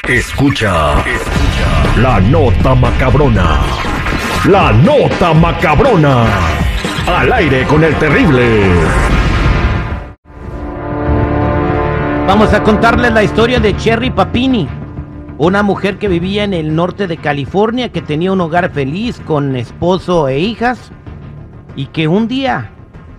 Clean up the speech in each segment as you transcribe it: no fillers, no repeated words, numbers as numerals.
Escucha la nota macabrona. La nota macabrona. Al aire con el terrible. Vamos a contarles la historia de Cherry Papini, una mujer que vivía en el norte de California, que tenía un hogar feliz con esposo e hijas, y que un día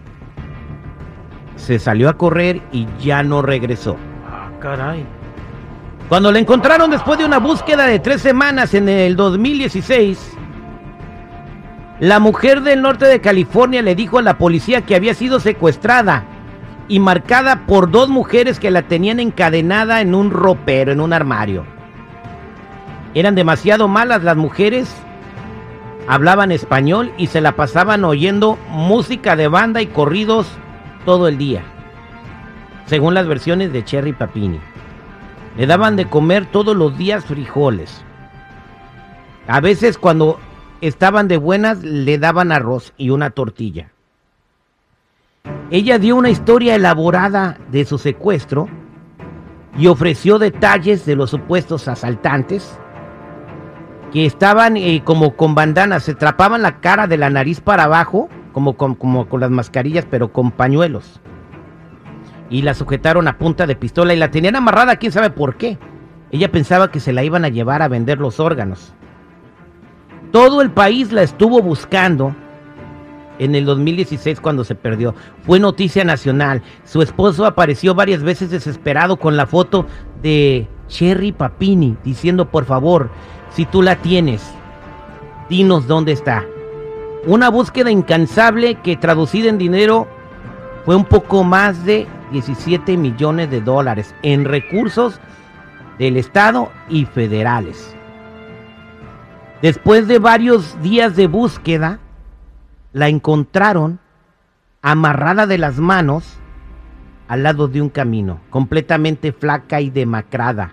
se salió a correr y ya no regresó. Ah, caray. Cuando la encontraron después de una búsqueda de 3 semanas en el 2016, la mujer del norte de California le dijo a la policía que había sido secuestrada y marcada por 2 mujeres que la tenían encadenada en un ropero, en un armario. Eran demasiado malas las mujeres, hablaban español y se la pasaban oyendo música de banda y corridos todo el día, según las versiones de Cherry Papini. Le daban de comer todos los días frijoles. A veces, cuando estaban de buenas, le daban arroz y una tortilla. Ella dio una historia elaborada de su secuestro y ofreció detalles de los supuestos asaltantes que estaban como con bandanas, se trapaban la cara de la nariz para abajo, como con las mascarillas, pero con pañuelos. Y la sujetaron a punta de pistola y la tenían amarrada, quién sabe por qué. Ella pensaba que se la iban a llevar a vender los órganos. Todo el país la estuvo buscando en el 2016 cuando se perdió. Fue noticia nacional. Su esposo apareció varias veces desesperado con la foto de Cherry Papini, diciendo: por favor, si tú la tienes, dinos dónde está. Una búsqueda incansable que, traducida en dinero, fue un poco más de $17 millones en recursos del estado y federales. Después de varios días de búsqueda, la encontraron amarrada de las manos al lado de un camino, completamente flaca y demacrada.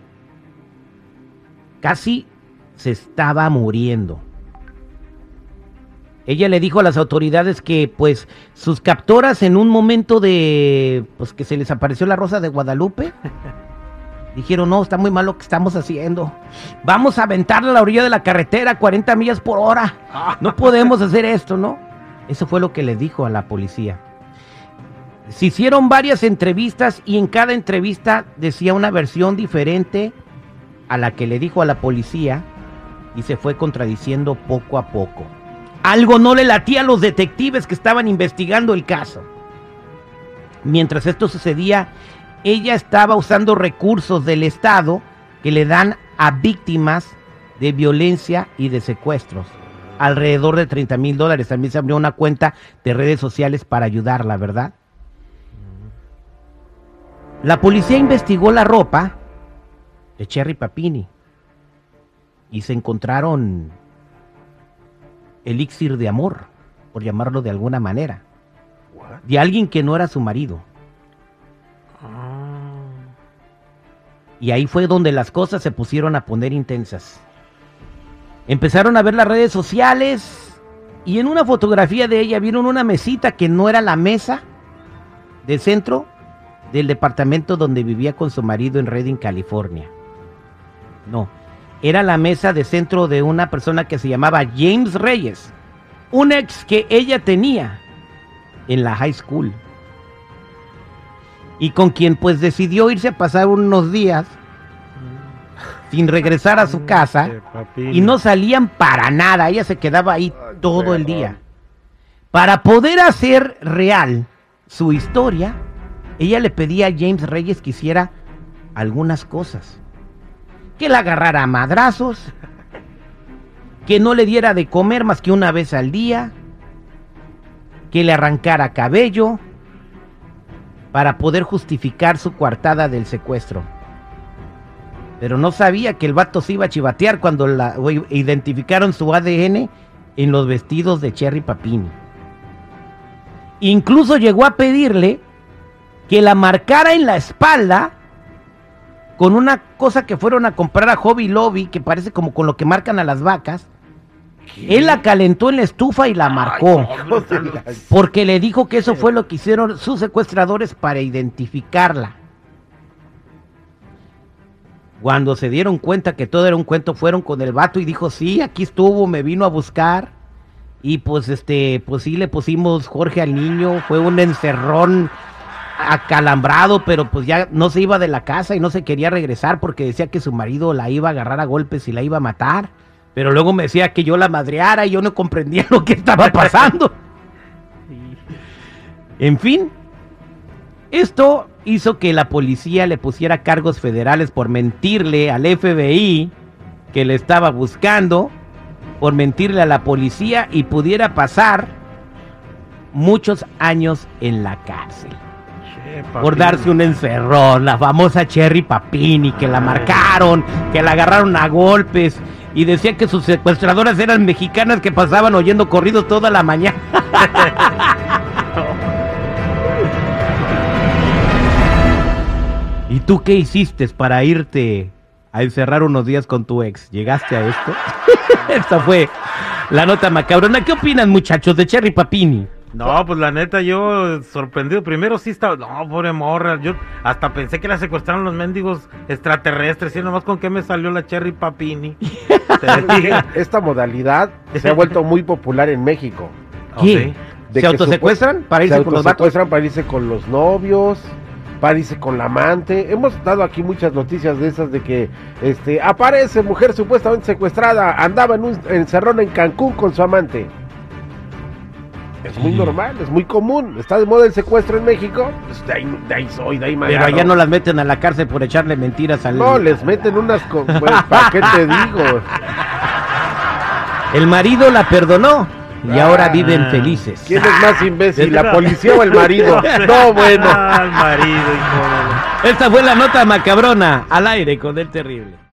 Casi se estaba muriendo. Ella le dijo a las autoridades que pues sus captoras, en un momento de pues que se les apareció la Rosa de Guadalupe, dijeron: no, está muy mal lo que estamos haciendo. Vamos a aventarla a la orilla de la carretera a 40 millas por hora. No podemos hacer esto, ¿no? Eso fue lo que le dijo a la policía. Se hicieron varias entrevistas y en cada entrevista decía una versión diferente a la que le dijo a la policía y se fue contradiciendo poco a poco. Algo no le latía a los detectives que estaban investigando el caso. Mientras esto sucedía, ella estaba usando recursos del Estado que le dan a víctimas de violencia y de secuestros. Alrededor de $30,000. También se abrió una cuenta de redes sociales para ayudarla, ¿verdad? La policía investigó la ropa de Cherry Papini y se encontraron elixir de amor, por llamarlo de alguna manera, de alguien que no era su marido. Y ahí fue donde las cosas se pusieron a poner intensas. Empezaron a ver las redes sociales y en una fotografía de ella vieron una mesita que no era la mesa de centro del departamento donde vivía con su marido en Redding, California. No, era la mesa de centro de una persona que se llamaba James Reyes, un ex que ella tenía en la high school y con quien pues decidió irse a pasar unos días sin regresar a su casa, y no salían para nada. Ella se quedaba ahí todo el día. Para poder hacer real su historia, ella le pedía a James Reyes que hiciera algunas cosas: que la agarrara a madrazos, que no le diera de comer más que una vez al día, que le arrancara cabello, para poder justificar su coartada del secuestro. Pero no sabía que el vato se iba a chivatear cuando identificaron su ADN en los vestidos de Cherry Papini. Incluso llegó a pedirle que la marcara en la espalda con una cosa que fueron a comprar a Hobby Lobby, que parece como con lo que marcan a las vacas. ¿Qué? Él la calentó en la estufa y la marcó, porque le dijo que eso fue lo que hicieron sus secuestradores para identificarla. Cuando se dieron cuenta que todo era un cuento, fueron con el vato y dijo, sí, aquí estuvo, me vino a buscar. Y pues pues sí le pusimos Jorge al niño, fue un encerrón acalambrado, pero pues ya no se iba de la casa y no se quería regresar porque decía que su marido la iba a agarrar a golpes y la iba a matar. Pero luego me decía que yo la madreara y yo no comprendía lo que estaba pasando. En fin, esto hizo que la policía le pusiera cargos federales por mentirle al FBI que le estaba buscando, por mentirle a la policía y pudiera pasar muchos años en la cárcel. Por darse un encerrón, la famosa Cherry Papini, que la marcaron, que la agarraron a golpes y decía que sus secuestradoras eran mexicanas que pasaban oyendo corridos toda la mañana. ¿Y tú qué hiciste para irte a encerrar unos días con tu ex? ¿Llegaste a esto? Esta fue la nota macabrona. ¿Qué opinan, muchachos, de Cherry Papini? No, pues la neta, yo sorprendido. Primero sí estaba, no, pobre morra. Yo hasta pensé que la secuestraron los mendigos extraterrestres. Y nomás con qué me salió la Cherry Papini. Esta modalidad se ha vuelto muy popular en México. ¿Qué? ¿Se autosecuestran para irse con los vatos? Se autosecuestran para irse con los novios, para irse con la amante. Hemos dado aquí muchas noticias de esas de que aparece mujer supuestamente secuestrada, andaba en un encerrón en Cancún con su amante. Es muy normal, es muy común. Está de moda el secuestro en México. Pues de ahí soy, de ahí me Pero agarro. allá no las meten a la cárcel por echarle mentiras al... No, les meten unas... Pues, ¿para qué te digo? El marido la perdonó y ahora viven felices. ¿Quién es más imbécil, la policía o el marido? No, bueno. El marido, hijo. Esta fue la nota macabrona, al aire con el terrible.